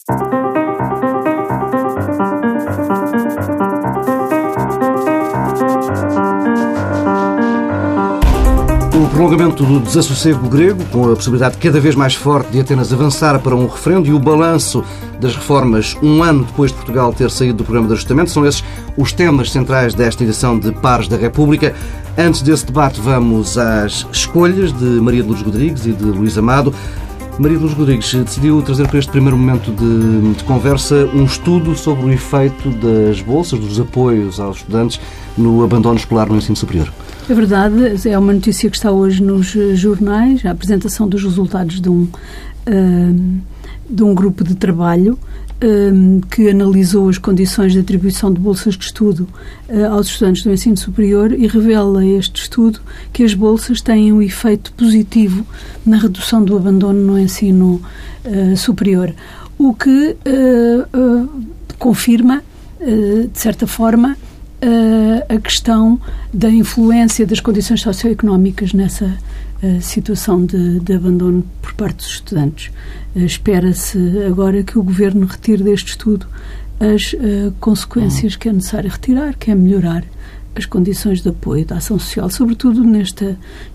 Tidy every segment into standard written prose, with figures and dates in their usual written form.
O prolongamento do desassossego grego, com a possibilidade cada vez mais forte de Atenas avançar para um referendo, e o balanço das reformas um ano depois de Portugal ter saído do programa de ajustamento, são esses os temas centrais desta edição de Pares da República. Antes desse debate, vamos às escolhas de Maria de Lourdes Rodrigues e de Luís Amado. Maria de Lourdes Rodrigues decidiu trazer para este primeiro momento de conversa um estudo sobre o efeito das bolsas, dos apoios aos estudantes no abandono escolar no ensino superior. É verdade, é uma notícia que está hoje nos jornais, a apresentação dos resultados de um grupo de trabalho que analisou as condições de atribuição de bolsas de estudo aos estudantes do ensino superior, e revela este estudo que as bolsas têm um efeito positivo na redução do abandono no ensino superior, o que confirma, de certa forma, a questão da influência das condições socioeconómicas nessa situação de abandono por parte dos estudantes. Espera-se agora que o Governo retire deste estudo as consequências que é necessário retirar, que é melhorar as condições de apoio da ação social, sobretudo nesta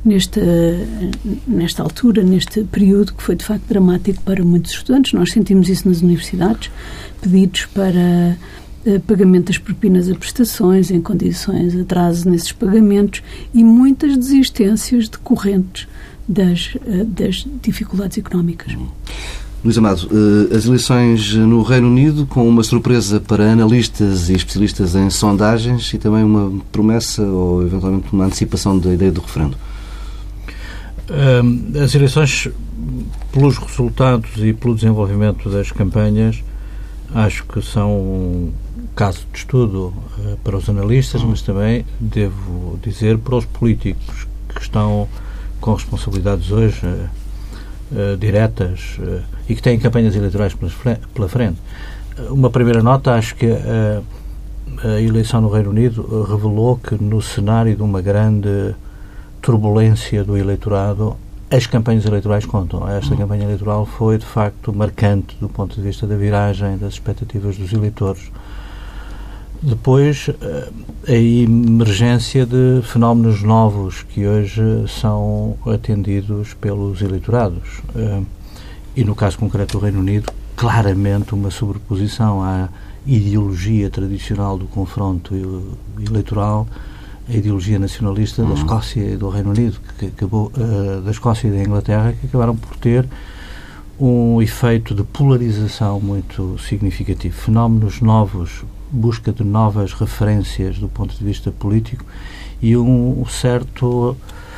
altura, neste período que foi de facto dramático para muitos estudantes. Nós sentimos isso nas universidades, pedidos para pagamento das propinas a prestações em condições, atraso nesses pagamentos e muitas desistências decorrentes das dificuldades económicas. Luís Amado, as eleições no Reino Unido, com uma surpresa para analistas e especialistas em sondagens e também uma promessa ou eventualmente uma antecipação da ideia do referendo. As eleições, pelos resultados e pelo desenvolvimento das campanhas, acho que são um caso de estudo para os analistas, mas também, devo dizer, para os políticos que estão com responsabilidades hoje diretas e que têm campanhas eleitorais pela frente. Uma primeira nota, acho que a eleição no Reino Unido revelou que, no cenário de uma grande turbulência do eleitorado, as campanhas eleitorais contam. Esta campanha eleitoral foi, de facto, marcante do ponto de vista da viragem das expectativas dos eleitores. Depois, a emergência de fenómenos novos que hoje são atendidos pelos eleitorados. E, no caso concreto do Reino Unido, claramente uma sobreposição à ideologia tradicional do confronto eleitoral, a ideologia nacionalista da Escócia e do Reino Unido, que acabou, da Escócia e da Inglaterra, que acabaram por ter um efeito de polarização muito significativo. Fenómenos novos, busca de novas referências do ponto de vista político e um certo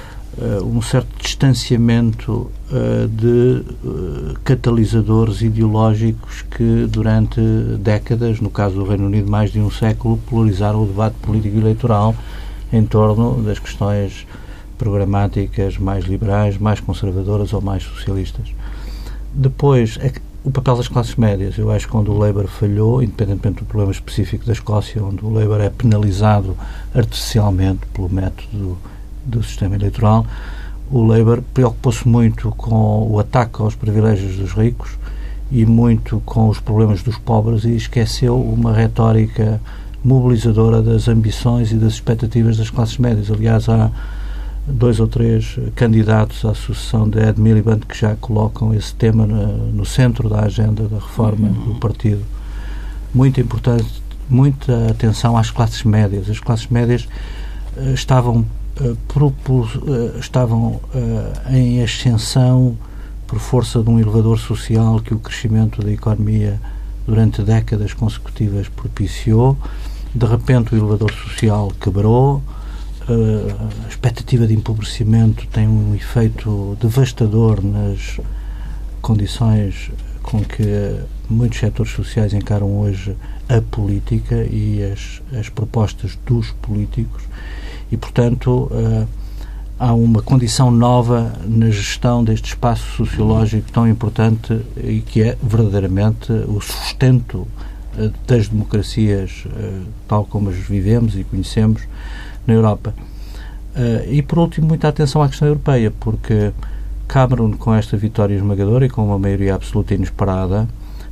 distanciamento de catalisadores ideológicos que durante décadas, no caso do Reino Unido mais de um século, polarizaram o debate político e eleitoral em torno das questões programáticas mais liberais, mais conservadoras ou mais socialistas. Depois, o papel das classes médias. Eu acho que onde o Labour falhou, independentemente do problema específico da Escócia, onde o Labour é penalizado artificialmente pelo método do sistema eleitoral, o Labour preocupou-se muito com o ataque aos privilégios dos ricos e muito com os problemas dos pobres e esqueceu uma retórica mobilizadora das ambições e das expectativas das classes médias. Aliás, há 2 ou 3 candidatos à sucessão de Ed Miliband que já colocam esse tema no centro da agenda da reforma do partido. Muito importante, muita atenção às classes médias. As classes médias estavam em ascensão por força de um elevador social que o crescimento da economia durante décadas consecutivas propiciou. De repente o elevador social quebrou, a expectativa de empobrecimento tem um efeito devastador nas condições com que muitos setores sociais encaram hoje a política e as propostas dos políticos e, portanto, há uma condição nova na gestão deste espaço sociológico tão importante e que é verdadeiramente o sustento das democracias tal como as vivemos e conhecemos na Europa. E, por último, muita atenção à questão europeia, porque Cameron, com esta vitória esmagadora e com uma maioria absoluta inesperada,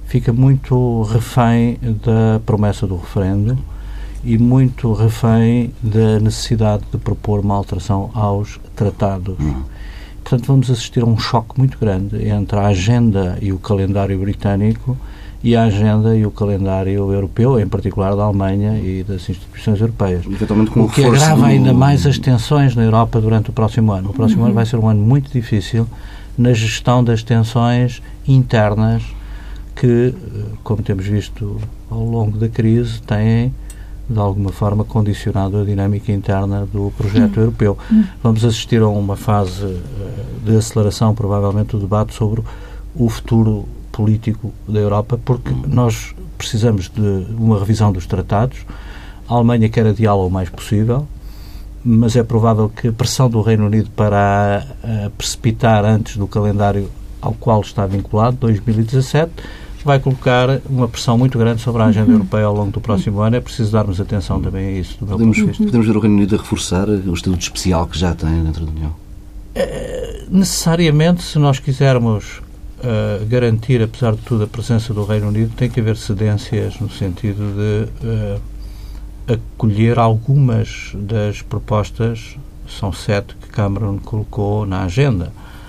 fica muito refém da promessa do referendo e muito refém da necessidade de propor uma alteração aos tratados. Portanto, vamos assistir a um choque muito grande entre a agenda e o calendário britânico e a agenda e o calendário europeu, em particular da Alemanha e das instituições europeias. O que agrava ainda mais as tensões na Europa durante o próximo ano. O próximo ano vai ser um ano muito difícil na gestão das tensões internas que, como temos visto ao longo da crise, têm, de alguma forma, condicionado a dinâmica interna do projeto europeu. Vamos assistir a uma fase de aceleração, provavelmente, do debate sobre o futuro político da Europa, porque nós precisamos de uma revisão dos tratados. A Alemanha quer adiá-la o mais possível, mas é provável que a pressão do Reino Unido para a precipitar antes do calendário ao qual está vinculado, 2017, vai colocar uma pressão muito grande sobre a agenda europeia ao longo do próximo ano. É preciso darmos atenção também a isso. Podemos ver o Reino Unido a reforçar o estatuto especial que já tem dentro da União? Necessariamente, se nós quisermos garantir, apesar de tudo, a presença do Reino Unido, tem que haver cedências no sentido de acolher algumas das propostas, são 7 que Cameron colocou na agenda.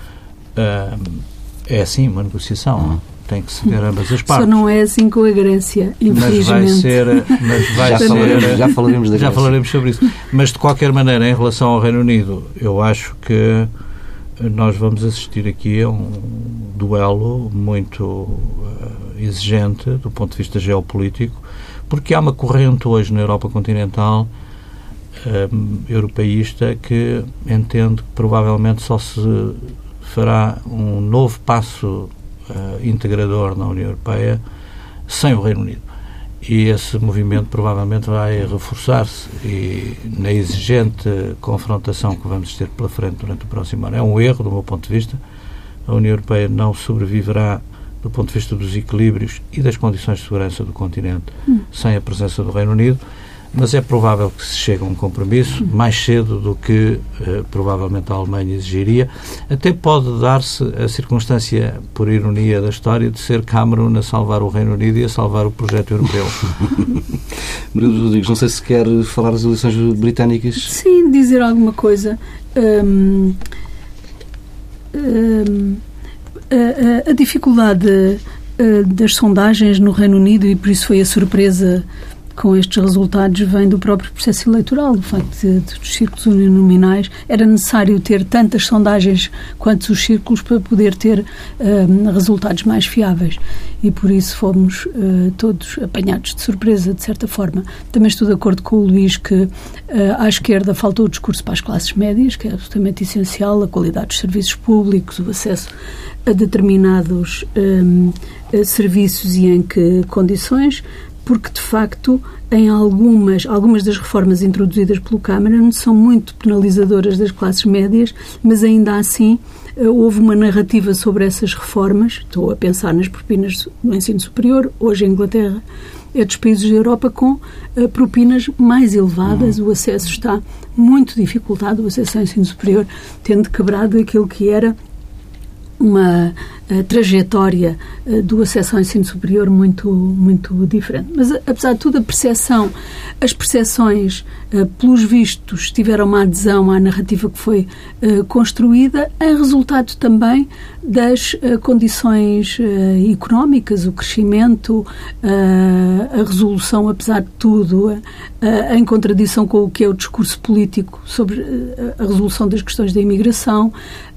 É assim uma negociação. Tem que ceder ambas as partes. Só não é assim com a Grécia, infelizmente. Já falaremos da Grécia. Já falaremos sobre isso. Mas, de qualquer maneira, em relação ao Reino Unido, eu acho que nós vamos assistir aqui a um duelo muito exigente do ponto de vista geopolítico, porque há uma corrente hoje na Europa continental europeísta que entende que provavelmente só se fará um novo passo integrador na União Europeia sem o Reino Unido. E esse movimento provavelmente vai reforçar-se e na exigente confrontação que vamos ter pela frente durante o próximo ano. É um erro, do meu ponto de vista. A União Europeia não sobreviverá do ponto de vista dos equilíbrios e das condições de segurança do continente sem a presença do Reino Unido, mas é provável que se chegue a um compromisso mais cedo do que provavelmente a Alemanha exigiria. Até pode dar-se a circunstância, por ironia da história, de ser Cameron a salvar o Reino Unido e a salvar o projeto europeu. Maria dos Rodrigues, não sei se quer falar das eleições britânicas. Sim, dizer alguma coisa. A dificuldade das sondagens no Reino Unido, e por isso foi a surpresa com estes resultados, vem do próprio processo eleitoral, do facto dos círculos uninominais. Era necessário ter tantas sondagens quanto os círculos para poder ter resultados mais fiáveis. E por isso fomos todos apanhados de surpresa, de certa forma. Também estou de acordo com o Luís que à esquerda faltou o discurso para as classes médias, que é absolutamente essencial, a qualidade dos serviços públicos, o acesso a determinados serviços e em que condições, porque, de facto, em algumas das reformas introduzidas pelo Cameron são muito penalizadoras das classes médias, mas ainda assim houve uma narrativa sobre essas reformas. Estou a pensar nas propinas no ensino superior. Hoje a Inglaterra é dos países da Europa com propinas mais elevadas. O acesso está muito dificultado, o acesso ao ensino superior, tendo quebrado aquilo que era uma trajetória do acesso ao ensino superior muito, muito diferente. Mas, apesar de tudo, as percepções, pelos vistos, tiveram uma adesão à narrativa que foi construída, em resultado também das condições económicas, o crescimento, a resolução, apesar de tudo, em contradição com o que é o discurso político sobre a resolução das questões da imigração,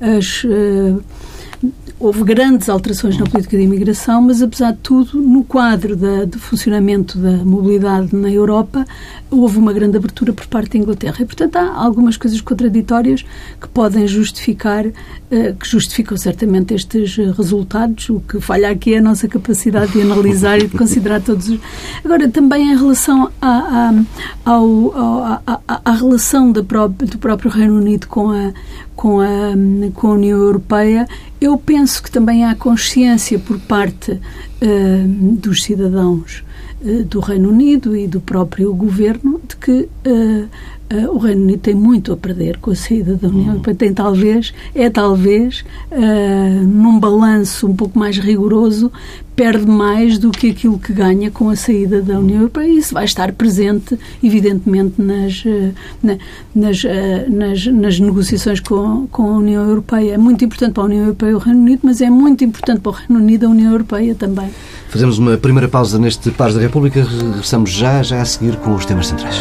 houve grandes alterações na política de imigração, mas, apesar de tudo, no quadro do funcionamento da mobilidade na Europa, houve uma grande abertura por parte da Inglaterra. E, portanto, há algumas coisas contraditórias que podem justificar, que justificam certamente estes resultados. O que falha aqui é a nossa capacidade de analisar e de considerar todos os... Agora, também em relação à relação do próprio Reino Unido com a União Europeia, eu penso que também há consciência por parte dos cidadãos do Reino Unido e do próprio governo de que o Reino Unido tem muito a perder com a saída da União Europeia. Tem talvez, num balanço um pouco mais rigoroso, perde mais do que aquilo que ganha com a saída da União Europeia, e isso vai estar presente, evidentemente, nas negociações com a União Europeia. É muito importante para a União Europeia o Reino Unido, mas é muito importante para o Reino Unido a União Europeia também. Fazemos uma primeira pausa neste Pares da República. Regressamos já a seguir com os temas centrais.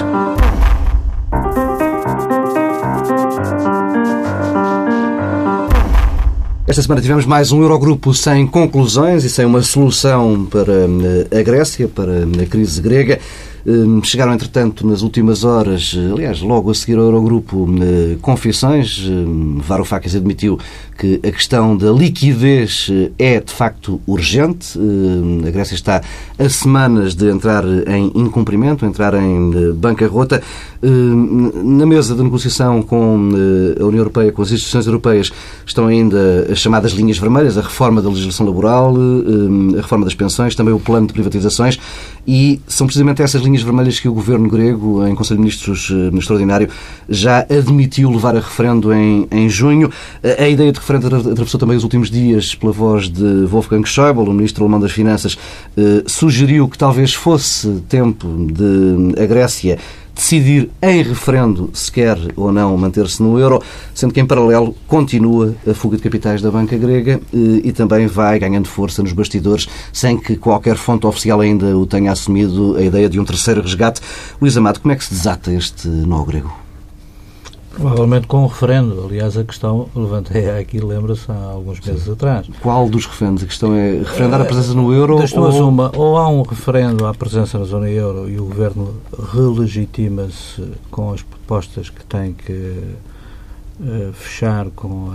Esta semana tivemos mais um Eurogrupo sem conclusões e sem uma solução para a Grécia, para a crise grega. Chegaram, entretanto, nas últimas horas, aliás, logo a seguir ao Eurogrupo, confissões. Varoufakis admitiu que a questão da liquidez é, de facto, urgente. A Grécia está a semanas de entrar em incumprimento, entrar em bancarrota. Na mesa de negociação com a União Europeia, com as instituições europeias, estão ainda as chamadas linhas vermelhas, a reforma da legislação laboral, a reforma das pensões, também o plano de privatizações, e são precisamente essas linhas vermelhas que o governo grego, em Conselho de Ministros extraordinário, já admitiu levar a referendo em junho. A ideia de referendo atravessou também os últimos dias pela voz de Wolfgang Schäuble, o ministro alemão das Finanças, sugeriu que talvez fosse tempo de a Grécia decidir em referendo se quer ou não manter-se no euro, sendo que em paralelo continua a fuga de capitais da banca grega e também vai ganhando força nos bastidores, sem que qualquer fonte oficial ainda o tenha assumido, a ideia de um terceiro resgate. Luís Amado, como é que se desata este nó grego? Provavelmente com um referendo. Aliás, a questão levantei aqui, lembra-se, há alguns meses atrás. Qual dos referendos? A questão é referendar a presença no euro? Ou há um referendo à presença na zona euro e o governo relegitima-se com as propostas que tem que fechar com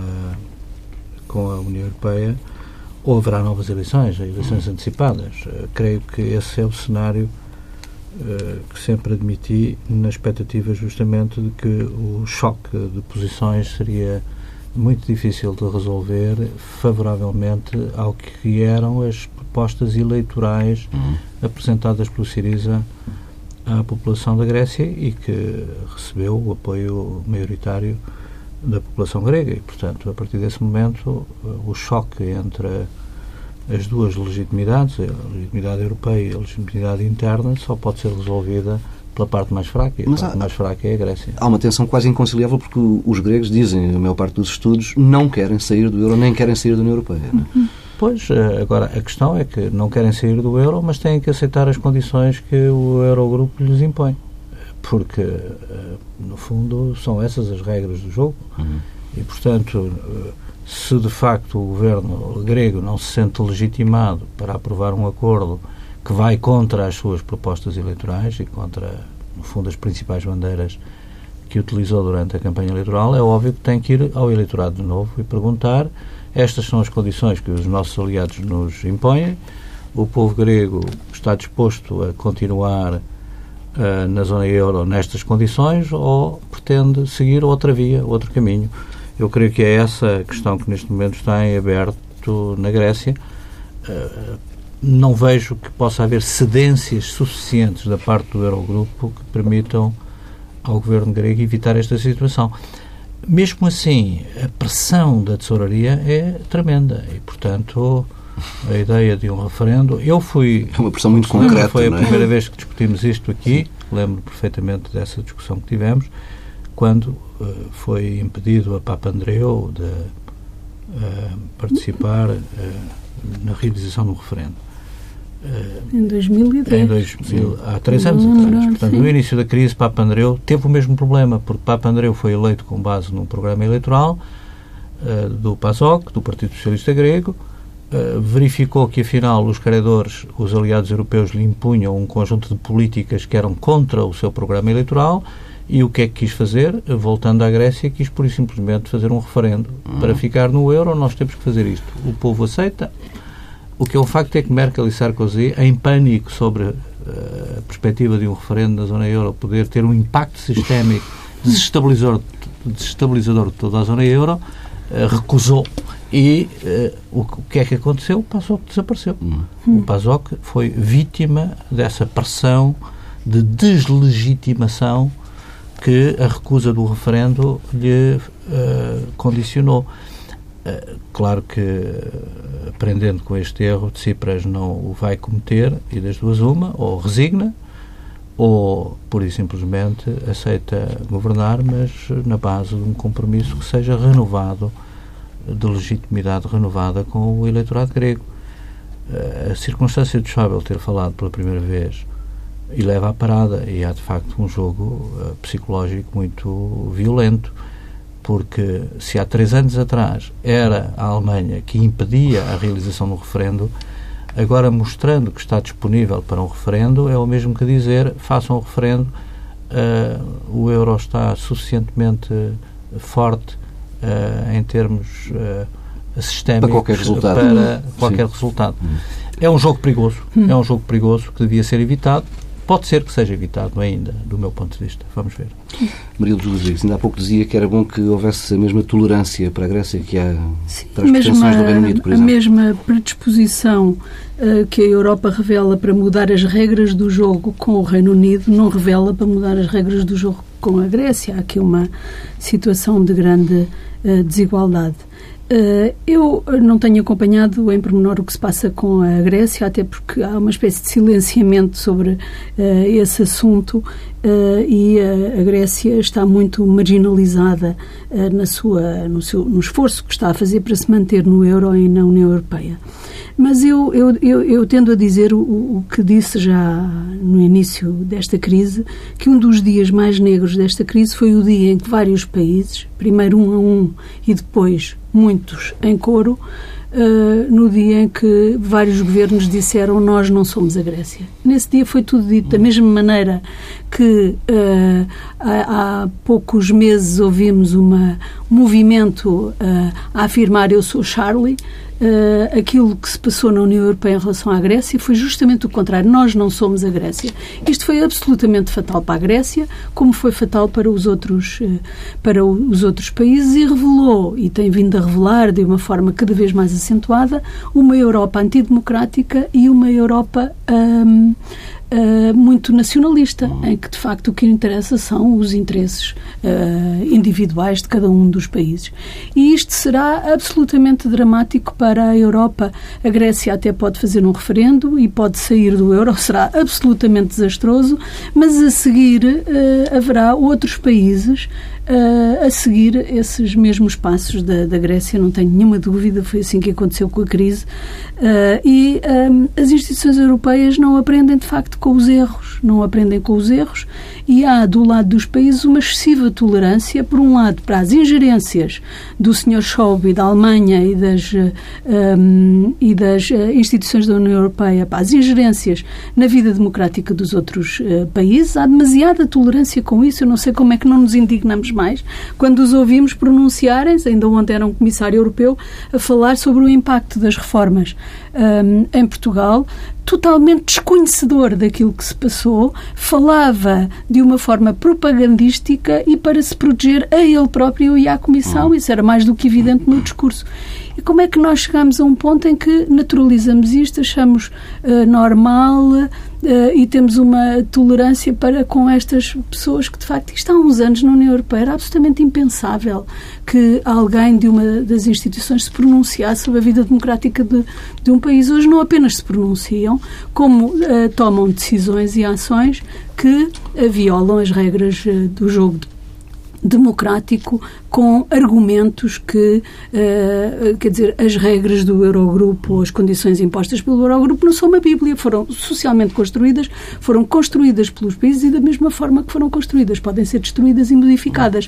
a União Europeia, ou haverá novas eleições antecipadas. Creio que esse é o cenário que sempre admiti, na expectativa justamente de que o choque de posições seria muito difícil de resolver favoravelmente ao que eram as propostas eleitorais apresentadas pelo Syriza à população da Grécia e que recebeu o apoio maioritário da população grega. E, portanto, a partir desse momento, o choque entre as duas legitimidades, a legitimidade europeia e a legitimidade interna, só pode ser resolvida pela parte mais fraca, e a parte mais fraca é a Grécia. Há uma tensão quase inconciliável porque os gregos dizem, a maior parte dos estudos, não querem sair do euro, nem querem sair da União Europeia. Não é? Pois, agora, a questão é que não querem sair do euro, mas têm que aceitar as condições que o Eurogrupo lhes impõe. Porque, no fundo, são essas as regras do jogo. E, portanto, se de facto o governo grego não se sente legitimado para aprovar um acordo que vai contra as suas propostas eleitorais e contra, no fundo, as principais bandeiras que utilizou durante a campanha eleitoral, é óbvio que tem que ir ao eleitorado de novo e perguntar: estas são as condições que os nossos aliados nos impõem, o povo grego está disposto a continuar na zona euro nestas condições ou pretende seguir outra via, outro caminho? Eu creio que é essa a questão que neste momento está em aberto na Grécia. Não vejo que possa haver cedências suficientes da parte do Eurogrupo que permitam ao governo grego evitar esta situação. Mesmo assim, a pressão da tesouraria é tremenda e, portanto, a ideia de um referendo... É uma pressão muito concreta, foi não é? A primeira vez que discutimos isto aqui, lembro perfeitamente dessa discussão que tivemos, quando foi impedido a Papa Andreou de participar na realização do referendo. Em 2010. Há 3 anos atrás. Portanto, no início da crise, Papa Andreou teve o mesmo problema, porque Papa Andreou foi eleito com base num programa eleitoral do PASOK, do Partido Socialista Grego, verificou que, afinal, os credores, os aliados europeus, lhe impunham um conjunto de políticas que eram contra o seu programa eleitoral. E o que é que quis fazer? Voltando à Grécia, quis pura e simplesmente fazer um referendo. Para ficar no euro, nós temos que fazer isto. O povo aceita. O que é um facto é que Merkel e Sarkozy, em pânico sobre a perspectiva de um referendo na zona euro poder ter um impacto sistémico desestabilizador de toda a zona euro, recusou. E o que é que aconteceu? O PASOK desapareceu. O PASOK foi vítima dessa pressão de deslegitimação que a recusa do referendo lhe condicionou. Claro que, aprendendo com este erro, Tsipras não o vai cometer, e das duas uma, ou resigna, ou, pura e simplesmente, aceita governar, mas na base de um compromisso que seja renovado, de legitimidade renovada com o eleitorado grego. A circunstância de Schäuble ter falado pela primeira vez e leva à parada, e há de facto um jogo psicológico muito violento, porque se há 3 anos atrás era a Alemanha que impedia a realização do referendo, agora mostrando que está disponível para um referendo é o mesmo que dizer: façam o referendo, o euro está suficientemente forte em termos sistémicos para qualquer resultado. É um jogo perigoso, é um jogo perigoso que devia ser evitado. Pode ser que seja evitado ainda, do meu ponto de vista. Vamos ver. Maria Luz Rodrigues, ainda há pouco dizia que era bom que houvesse a mesma tolerância para a Grécia que há para as pretensões do Reino Unido, por exemplo. A mesma predisposição que a Europa revela para mudar as regras do jogo com o Reino Unido não revela para mudar as regras do jogo com a Grécia. Há aqui uma situação de grande desigualdade. Eu não tenho acompanhado em pormenor o que se passa com a Grécia, até porque há uma espécie de silenciamento sobre esse assunto e a Grécia está muito marginalizada no esforço que está a fazer para se manter no euro e na União Europeia. Mas eu tendo a dizer o que disse já no início desta crise, que um dos dias mais negros desta crise foi o dia em que vários países, primeiro 1 a 1 e depois muitos em coro, no dia em que vários governos disseram: nós não somos a Grécia. Nesse dia foi tudo dito da mesma maneira que há poucos meses ouvimos um movimento a afirmar: eu sou Charlie. Aquilo que se passou na União Europeia em relação à Grécia foi justamente o contrário. Nós não somos a Grécia. Isto foi absolutamente fatal para a Grécia, como foi fatal para os outros países, e revelou, e tem vindo a revelar de uma forma cada vez mais acentuada, uma Europa antidemocrática e uma Europa muito nacionalista, em que de facto o que interessa são os interesses individuais de cada um dos países. E isto será absolutamente dramático para a Europa. A Grécia até pode fazer um referendo e pode sair do euro, será absolutamente desastroso, mas a seguir haverá outros países a seguir esses mesmos passos da Grécia, não tenho nenhuma dúvida, foi assim que aconteceu com a crise. E as instituições europeias não aprendem de facto com os erros, e há do lado dos países uma excessiva tolerância, por um lado para as ingerências do Sr. Schäuble da Alemanha e das instituições da União Europeia, para as ingerências na vida democrática dos outros países. Há demasiada tolerância com isso. Eu não sei como é que não nos indignamos mais quando os ouvimos pronunciarem-se. Ainda ontem era um comissário europeu a falar sobre o impacto das reformas em Portugal, totalmente desconhecedor daquilo que se passou, falava de uma forma propagandística e para se proteger a ele próprio e à Comissão. Isso era mais do que evidente no discurso. E como é que nós chegamos a um ponto em que naturalizamos isto, achamos normal e temos uma tolerância para com estas pessoas que, de facto, isto há uns anos na União Europeia era absolutamente impensável que alguém de uma das instituições se pronunciasse sobre a vida democrática de um país. Hoje não apenas se pronunciam, como tomam decisões e ações que violam as regras do jogo democrático, com argumentos que, quer dizer, as regras do Eurogrupo ou as condições impostas pelo Eurogrupo não são uma Bíblia, foram socialmente construídas, foram construídas pelos países e da mesma forma que foram construídas, podem ser destruídas e modificadas.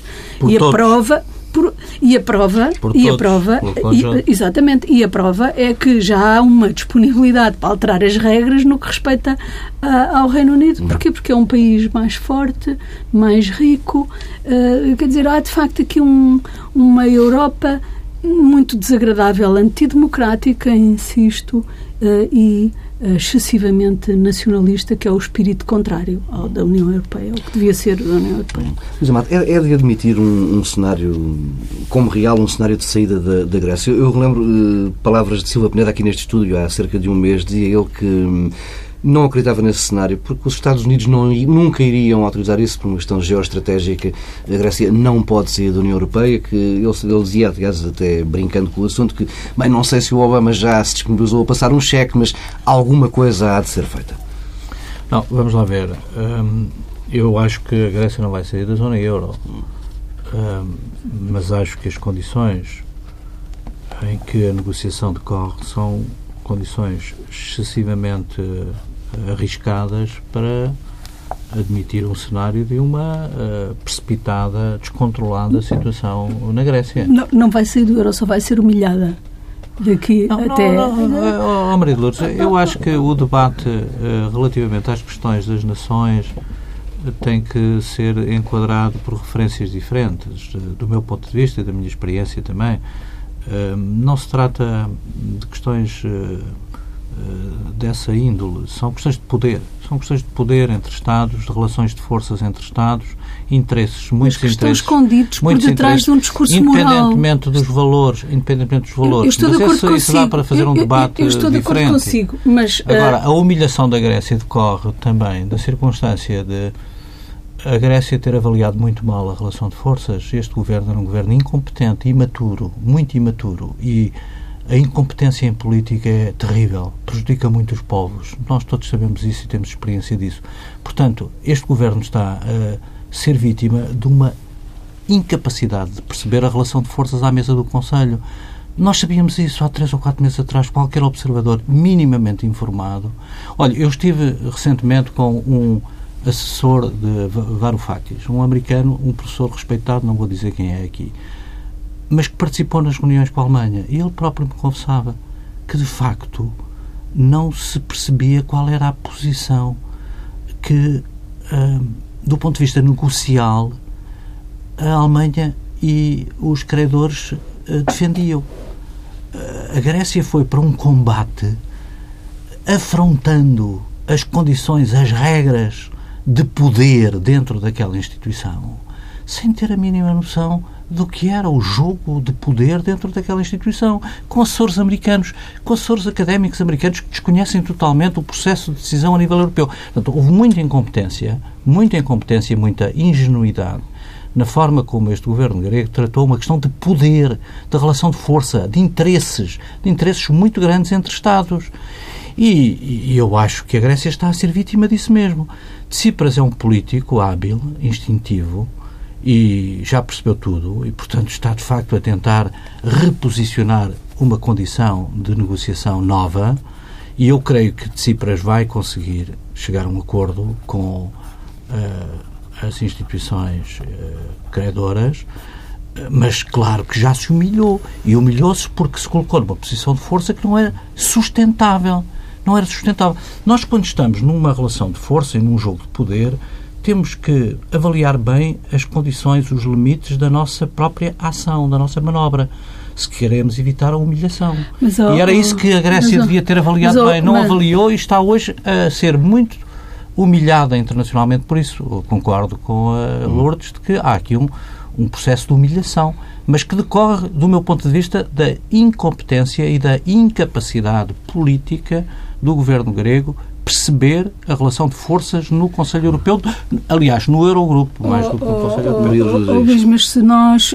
Exatamente, e a prova é que já há uma disponibilidade para alterar as regras no que respeita ao Reino Unido. Porquê? Porque é um país mais forte, mais rico. Quer dizer, há de facto aqui uma Europa muito desagradável, antidemocrática, insisto, e excessivamente nacionalista, que é o espírito contrário ao da União Europeia, o que devia ser da União Europeia. Mas, Amado, é de admitir um cenário como real, um cenário de saída da Grécia. Eu relembro palavras de Silva Peneda aqui neste estúdio há cerca de um mês, dizia ele que não acreditava nesse cenário, porque os Estados Unidos nunca iriam autorizar isso por uma questão geoestratégica. A Grécia não pode sair da União Europeia, que ele dizia, aliás, até brincando com o assunto, que, bem, não sei se o Obama já se disponibilizou a passar um cheque, mas alguma coisa há de ser feita. Não, vamos lá ver. Eu acho que a Grécia não vai sair da zona euro, mas acho que as condições em que a negociação decorre são condições excessivamente arriscadas para admitir um cenário de uma precipitada, descontrolada situação na Grécia. Não vai sair do euro, só vai ser humilhada. Daqui até... Não, Maria de Lourdes, eu acho que o debate relativamente às questões das nações tem que ser enquadrado por referências diferentes, do meu ponto de vista e da minha experiência também. Não se trata de questões dessa índole, são questões de poder. São questões de poder entre Estados, de relações de forças entre Estados, interesses, muitos interesses. Estão escondidos por detrás de um discurso moral. Independentemente dos valores. Eu estou de acordo consigo. Isso dá para fazer um debate eu estou diferente. De acordo consigo, mas... Agora, a humilhação da Grécia decorre também da circunstância de a Grécia ter avaliado muito mal a relação de forças. Este governo era um governo incompetente, imaturo, muito imaturo, e a incompetência em política é terrível, prejudica muito os povos. Nós todos sabemos isso e temos experiência disso. Portanto, este governo está a ser vítima de uma incapacidade de perceber a relação de forças à mesa do Conselho. Nós sabíamos isso há 3 ou 4 meses atrás. Qualquer observador minimamente informado... Olha, eu estive recentemente com um assessor de Varoufakis, um americano, um professor respeitado, não vou dizer quem é aqui, mas que participou nas reuniões com a Alemanha. E ele próprio me confessava que, de facto, não se percebia qual era a posição que, do ponto de vista negocial, a Alemanha e os credores defendiam. A Grécia foi para um combate afrontando as condições, as regras de poder dentro daquela instituição, sem ter a mínima noção do que era o jogo de poder dentro daquela instituição, com assessores americanos, com assessores académicos americanos que desconhecem totalmente o processo de decisão a nível europeu. Portanto, houve muita incompetência e muita ingenuidade na forma como este governo grego tratou uma questão de poder, de relação de força, de interesses muito grandes entre Estados. E eu acho que a Grécia está a ser vítima disso mesmo. Tsipras é um político hábil, instintivo, e já percebeu tudo, e, portanto, está, de facto, a tentar reposicionar uma condição de negociação nova, e eu creio que Tsipras vai conseguir chegar a um acordo com as instituições credoras, mas, claro, que já se humilhou, e humilhou-se porque se colocou numa posição de força que não era sustentável. Não era sustentável. Nós, quando estamos numa relação de força e num jogo de poder, temos que avaliar bem as condições, os limites da nossa própria ação, da nossa manobra, se queremos evitar a humilhação. E era isso que a Grécia devia ter avaliado bem. Não avaliou e está hoje a ser muito humilhada internacionalmente. Por isso, eu concordo com a Lourdes de que há aqui um processo de humilhação, mas que decorre, do meu ponto de vista, da incompetência e da incapacidade política do governo grego perceber a relação de forças no Conselho Europeu, aliás, no Eurogrupo, mais do que no Conselho Europeu. Luís, mas se nós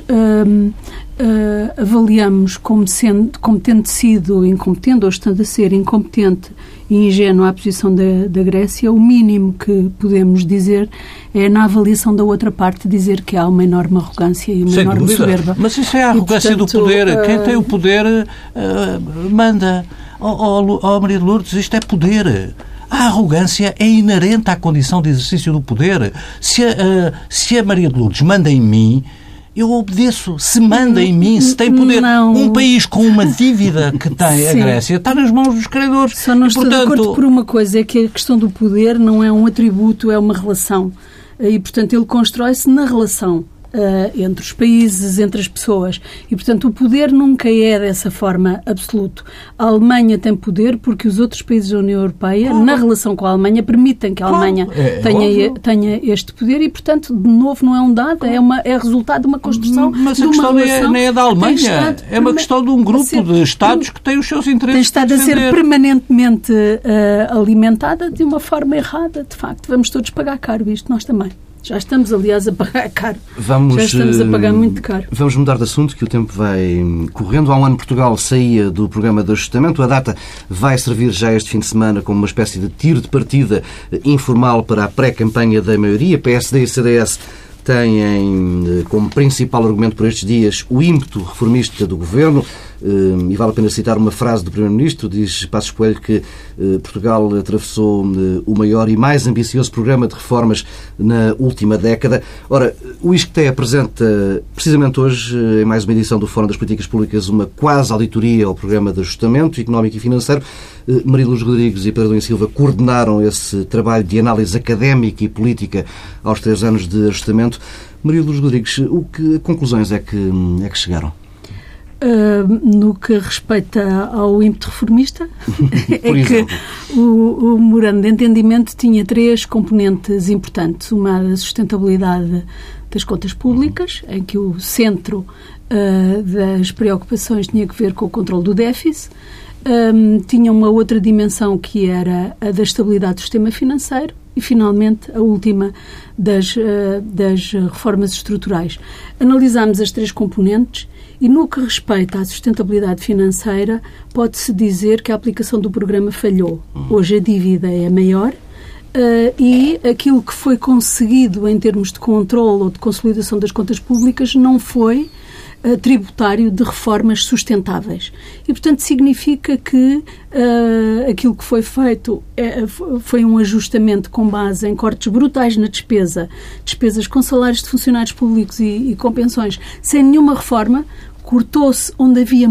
avaliamos como tendo sido incompetente ou estando a ser incompetente e ingênuo à posição da Grécia, o mínimo que podemos dizer é, na avaliação da outra parte, dizer que há uma enorme arrogância e uma enorme soberba. Mas isso é a arrogância do poder. Quem tem o poder manda. Maria de Lourdes, isto é poder. A arrogância é inerente à condição de exercício do poder. Se a Maria de Lourdes manda em mim, eu obedeço. Se manda em mim, se tem poder. Não. Um país com uma dívida que tem a Grécia está nas mãos dos credores. Só não estou de acordo por uma coisa, é que a questão do poder não é um atributo, é uma relação. E, portanto, ele constrói-se na relação. entre os países, entre as pessoas. E, portanto, o poder nunca é dessa forma absoluto. A Alemanha tem poder porque os outros países da União Europeia, na relação com a Alemanha, permitem que a Alemanha tenha este poder e, portanto, de novo, não é um dado, é resultado de uma construção. Mas a questão não é da Alemanha, é uma questão de um grupo de Estados que têm os seus interesses. Tem estado a ser permanentemente alimentada de uma forma errada, de facto. Vamos todos pagar caro isto, nós também. Já estamos, aliás, a pagar caro. Já estamos a pagar muito caro. Vamos mudar de assunto, que o tempo vai correndo. Há um ano Portugal saía do programa de ajustamento. A data vai servir já este fim de semana como uma espécie de tiro de partida informal para a pré-campanha da maioria. PSD e CDS têm como principal argumento por estes dias o ímpeto reformista do Governo. E vale a pena citar uma frase do Primeiro-Ministro, diz Passos Coelho que Portugal atravessou o maior e mais ambicioso programa de reformas na última década. Ora, o ISCTE apresenta precisamente hoje, em mais uma edição do Fórum das Políticas Públicas, uma quase auditoria ao programa de ajustamento económico e financeiro. Maria Luz Rodrigues e Pedro Domingos Silva coordenaram esse trabalho de análise académica e política aos 3 anos de ajustamento. Maria Luz Rodrigues, que conclusões é que chegaram? No que respeita ao ímpeto reformista, é que o memorando de entendimento tinha 3 componentes importantes. Uma, a sustentabilidade das contas públicas, em que o centro das preocupações tinha que ver com o controle do déficit. Tinha uma outra dimensão que era a da estabilidade do sistema financeiro e, finalmente, a última das reformas estruturais. Analisámos as 3 componentes e, no que respeita à sustentabilidade financeira, pode-se dizer que a aplicação do programa falhou. Hoje a dívida é maior e aquilo que foi conseguido em termos de controle ou de consolidação das contas públicas não foi tributário de reformas sustentáveis. E, portanto, significa que aquilo que foi feito foi um ajustamento com base em cortes brutais na despesas com salários de funcionários públicos e com pensões, sem nenhuma reforma. Cortou-se onde havia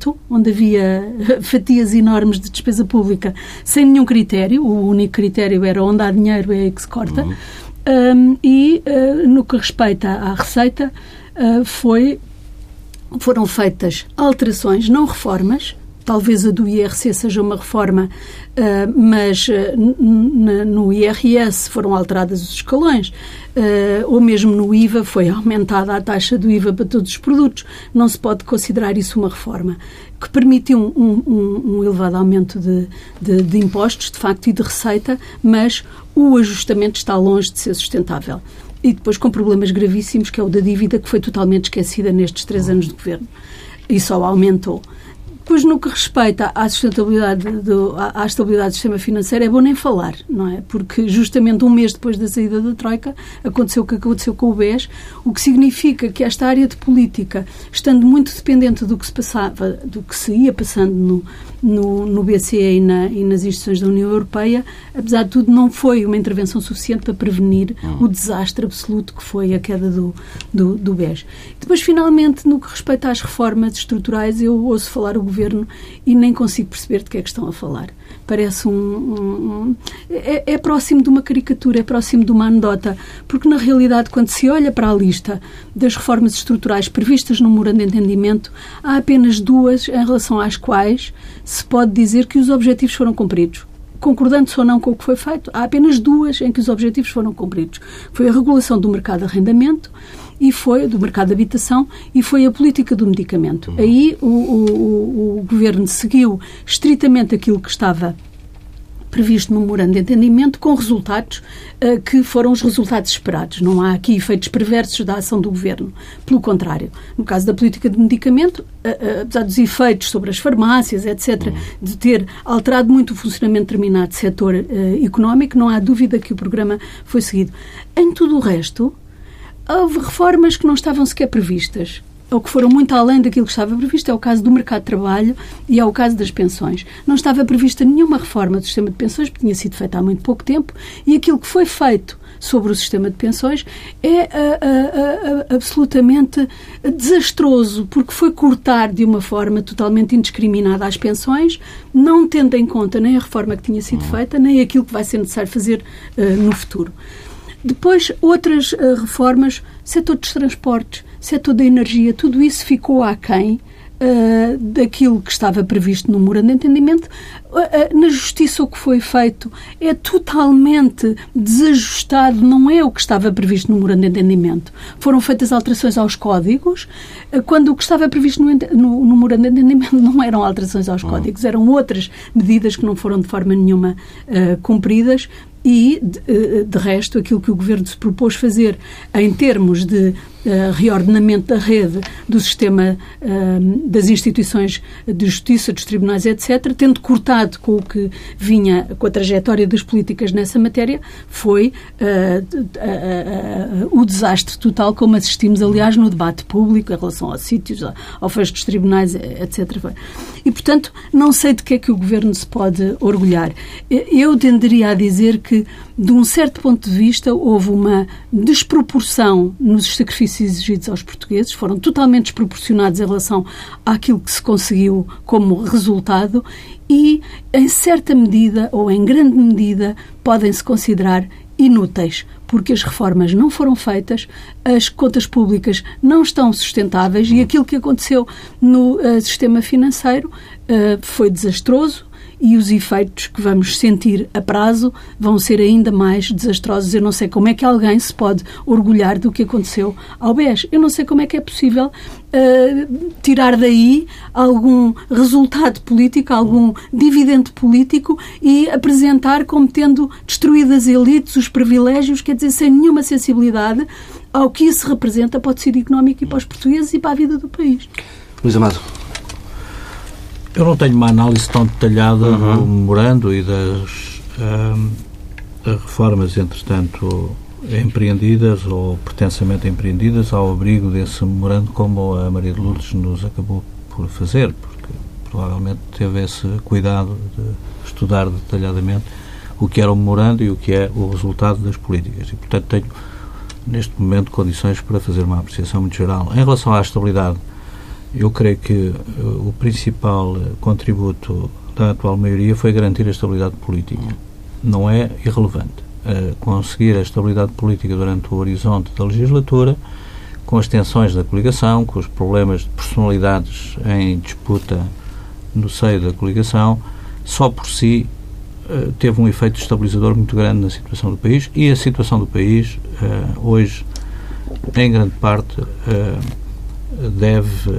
fatias enormes de despesa pública, sem nenhum critério. O único critério era onde há dinheiro, é aí que se corta. No que respeita à receita, foram feitas alterações, não reformas. Talvez a do IRC seja uma reforma, mas no IRS foram alteradas os escalões, ou mesmo no IVA foi aumentada a taxa do IVA para todos os produtos. Não se pode considerar isso uma reforma, que permitiu um elevado aumento de impostos, de facto, e de receita, mas o ajustamento está longe de ser sustentável. E depois com problemas gravíssimos, que é o da dívida, que foi totalmente esquecida nestes 3 anos de governo. E só aumentou. Depois, no que respeita à sustentabilidade, à estabilidade do sistema financeiro, é bom nem falar, não é? Porque justamente um mês depois da saída da Troika aconteceu o que aconteceu com o BES, o que significa que esta área de política, estando muito dependente do que se passava, do que se ia passando no BCE e nas instituições da União Europeia, apesar de tudo, não foi uma intervenção suficiente para prevenir o desastre absoluto que foi a queda do BES. Depois, finalmente, no que respeita às reformas estruturais, eu ouço falar o Governo e nem consigo perceber de que é que estão a falar. Parece é próximo de uma caricatura, é próximo de uma anedota, porque, na realidade, quando se olha para a lista das reformas estruturais previstas no memorando de entendimento, há apenas 2 em relação às quais se pode dizer que os objetivos foram cumpridos. Concordando-se ou não com o que foi feito, há apenas 2 em que os objetivos foram cumpridos. Foi a regulação do mercado de arrendamento e foi do mercado de habitação e foi a política do medicamento. Aí o Governo seguiu estritamente aquilo que estava previsto no memorando de entendimento, com resultados que foram os resultados esperados. Não há aqui efeitos perversos da ação do Governo. Pelo contrário, no caso da política de medicamento, apesar dos efeitos sobre as farmácias, etc., de ter alterado muito o funcionamento de determinado setor económico, não há dúvida que o programa foi seguido. Em tudo o resto, houve reformas que não estavam sequer previstas, ou que foram muito além daquilo que estava previsto. É o caso do mercado de trabalho e é o caso das pensões. Não estava prevista nenhuma reforma do sistema de pensões, porque tinha sido feita há muito pouco tempo, e aquilo que foi feito sobre o sistema de pensões é absolutamente desastroso, porque foi cortar de uma forma totalmente indiscriminada as pensões, não tendo em conta nem a reforma que tinha sido feita, nem aquilo que vai ser necessário fazer no futuro. Depois, outras reformas, setor dos transportes, setor da energia, tudo isso ficou aquém daquilo que estava previsto no memorando de entendimento. Na Justiça, o que foi feito é totalmente desajustado, não é o que estava previsto no memorando de entendimento. Foram feitas alterações aos códigos, quando o que estava previsto no memorando de entendimento não eram alterações aos códigos, eram outras medidas que não foram de forma nenhuma cumpridas. E, de resto, aquilo que o Governo se propôs fazer em termos de reordenamento da rede, do sistema das instituições de justiça, dos tribunais, etc., tendo cortado com o que vinha, com a trajetória das políticas nessa matéria, foi o desastre total, como assistimos, aliás, no debate público em relação aos sítios, ao fecho dos tribunais, etc. E, portanto, não sei de que é que o Governo se pode orgulhar. Eu tenderia a dizer que, de um certo ponto de vista, houve uma desproporção nos sacrifícios exigidos aos portugueses, foram totalmente desproporcionados em relação àquilo que se conseguiu como resultado e, em certa medida, ou em grande medida, podem-se considerar inúteis, porque as reformas não foram feitas, as contas públicas não estão sustentáveis e aquilo que aconteceu no sistema financeiro foi desastroso. E os efeitos que vamos sentir a prazo vão ser ainda mais desastrosos. Eu não sei como é que alguém se pode orgulhar do que aconteceu ao BES. Eu não sei como é que é possível tirar daí algum resultado político, algum dividendo político e apresentar como tendo destruído as elites, os privilégios, quer dizer, sem nenhuma sensibilidade ao que isso representa para o tecido económico e para os portugueses e para a vida do país. Luís Amado. Eu não tenho uma análise tão detalhada do memorando e das reformas, entretanto, empreendidas ou pretensamente empreendidas ao abrigo desse memorando, como a Maria de Lourdes nos acabou por fazer, porque provavelmente teve esse cuidado de estudar detalhadamente o que era o memorando e o que é o resultado das políticas. E, portanto, tenho, neste momento, condições para fazer uma apreciação muito geral. Em relação à estabilidade, eu creio que o principal contributo da atual maioria foi garantir a estabilidade política. Não é irrelevante. Conseguir a estabilidade política durante o horizonte da legislatura, com as tensões da coligação, com os problemas de personalidades em disputa no seio da coligação, só por si teve um efeito estabilizador muito grande na situação do país, e a situação do país hoje, em grande parte, deve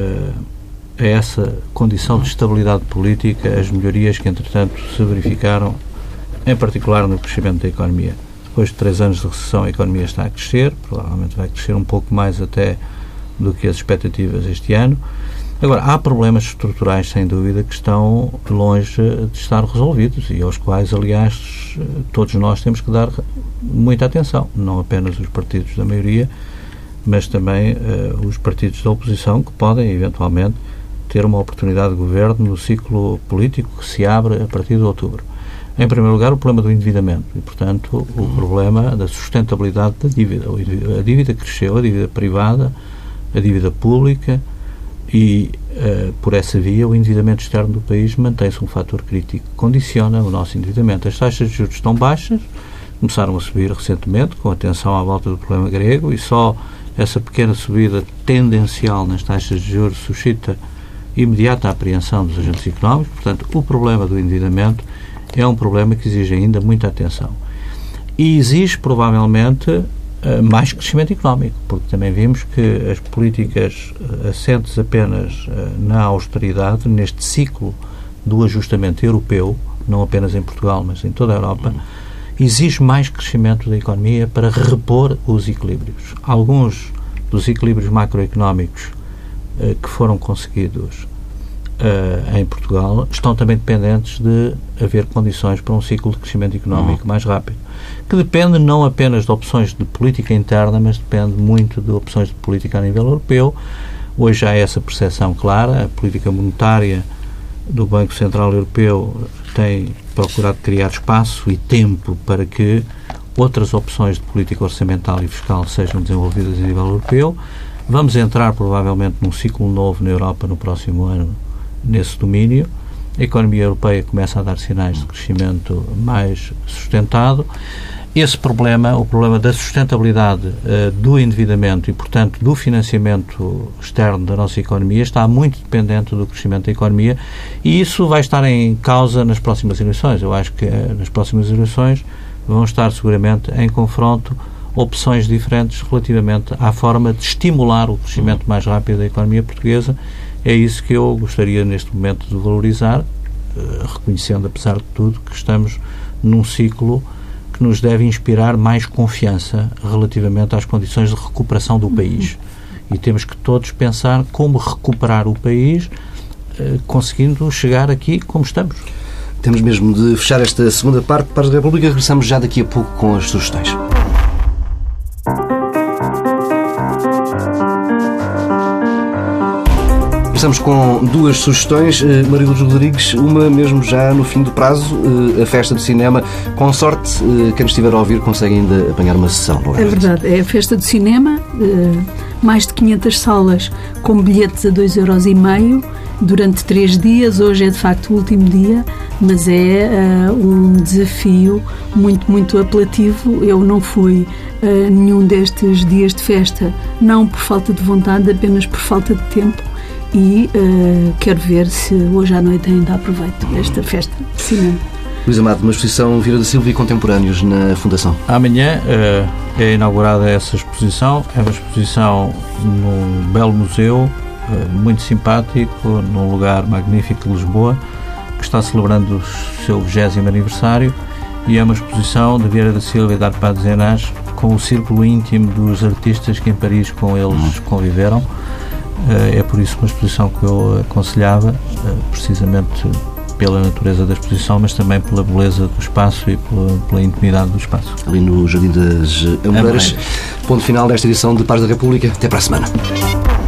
a essa condição de estabilidade política as melhorias que, entretanto, se verificaram, em particular no crescimento da economia. Depois de 3 anos de recessão, a economia está a crescer, provavelmente vai crescer um pouco mais até do que as expectativas este ano. Agora, há problemas estruturais, sem dúvida, que estão longe de estar resolvidos e aos quais, aliás, todos nós temos que dar muita atenção, não apenas os partidos da maioria, mas também os partidos da oposição, que podem, eventualmente, ter uma oportunidade de governo no ciclo político que se abre a partir de outubro. Em primeiro lugar, o problema do endividamento e, portanto, o problema da sustentabilidade da dívida. A dívida cresceu, a dívida privada, a dívida pública e, por essa via, o endividamento externo do país mantém-se um fator crítico que condiciona o nosso endividamento. As taxas de juros estão baixas, começaram a subir recentemente, com atenção à volta do problema grego, e só essa pequena subida tendencial nas taxas de juros suscita imediata apreensão dos agentes económicos. Portanto, o problema do endividamento é um problema que exige ainda muita atenção. E exige, provavelmente, mais crescimento económico, porque também vimos que as políticas assentes apenas na austeridade, neste ciclo do ajustamento europeu, não apenas em Portugal, mas em toda a Europa, exige mais crescimento da economia para repor os equilíbrios. Alguns dos equilíbrios macroeconómicos que foram conseguidos em Portugal estão também dependentes de haver condições para um ciclo de crescimento económico mais rápido, que depende não apenas de opções de política interna, mas depende muito de opções de política a nível europeu. Hoje já há essa percepção clara. A política monetária do Banco Central Europeu tem procurado criar espaço e tempo para que outras opções de política orçamental e fiscal sejam desenvolvidas a nível europeu. Vamos entrar, provavelmente, num ciclo novo na Europa no próximo ano, nesse domínio. A economia europeia começa a dar sinais de crescimento mais sustentado esse problema, o problema da sustentabilidade do endividamento e, portanto, do financiamento externo da nossa economia está muito dependente do crescimento da economia e isso vai estar em causa nas próximas eleições. Eu acho que nas próximas eleições vão estar seguramente em confronto opções diferentes relativamente à forma de estimular o crescimento mais rápido da economia portuguesa. É isso que eu gostaria neste momento de valorizar, reconhecendo, apesar de tudo, que estamos num ciclo que nos deve inspirar mais confiança relativamente às condições de recuperação do país. E temos que todos pensar como recuperar o país, conseguindo chegar aqui como estamos. Temos mesmo de fechar esta segunda parte para a República. Regressamos já daqui a pouco com as sugestões. Começamos com duas sugestões, Maria Lourdes Rodrigues, uma mesmo já no fim do prazo, a festa do cinema. Com sorte, quem estiver a ouvir consegue ainda apanhar uma sessão, não é? É verdade, é a festa do cinema, mais de 500 salas com bilhetes a 2,5 € durante 3 dias. Hoje é de facto o último dia, mas é um desafio muito, muito apelativo. Eu não fui a nenhum destes dias de festa, não por falta de vontade, apenas por falta de tempo. E quero ver se hoje à noite ainda aproveito esta festa de cinema. Luís Amado, uma exposição Vieira da Silva e Contemporâneos na Fundação. Amanhã é inaugurada essa exposição. É uma exposição num belo museu, muito simpático, num lugar magnífico de Lisboa, que está celebrando o seu 20º aniversário, e é uma exposição de Vieira da Silva e de Arpad Zenás com o círculo íntimo dos artistas que em Paris com eles conviveram. É por isso uma exposição que eu aconselhava, precisamente pela natureza da exposição, mas também pela beleza do espaço e pela intimidade do espaço. Ali no Jardim das Amoreiras. Ponto final desta edição de Pares da República. Até para a semana.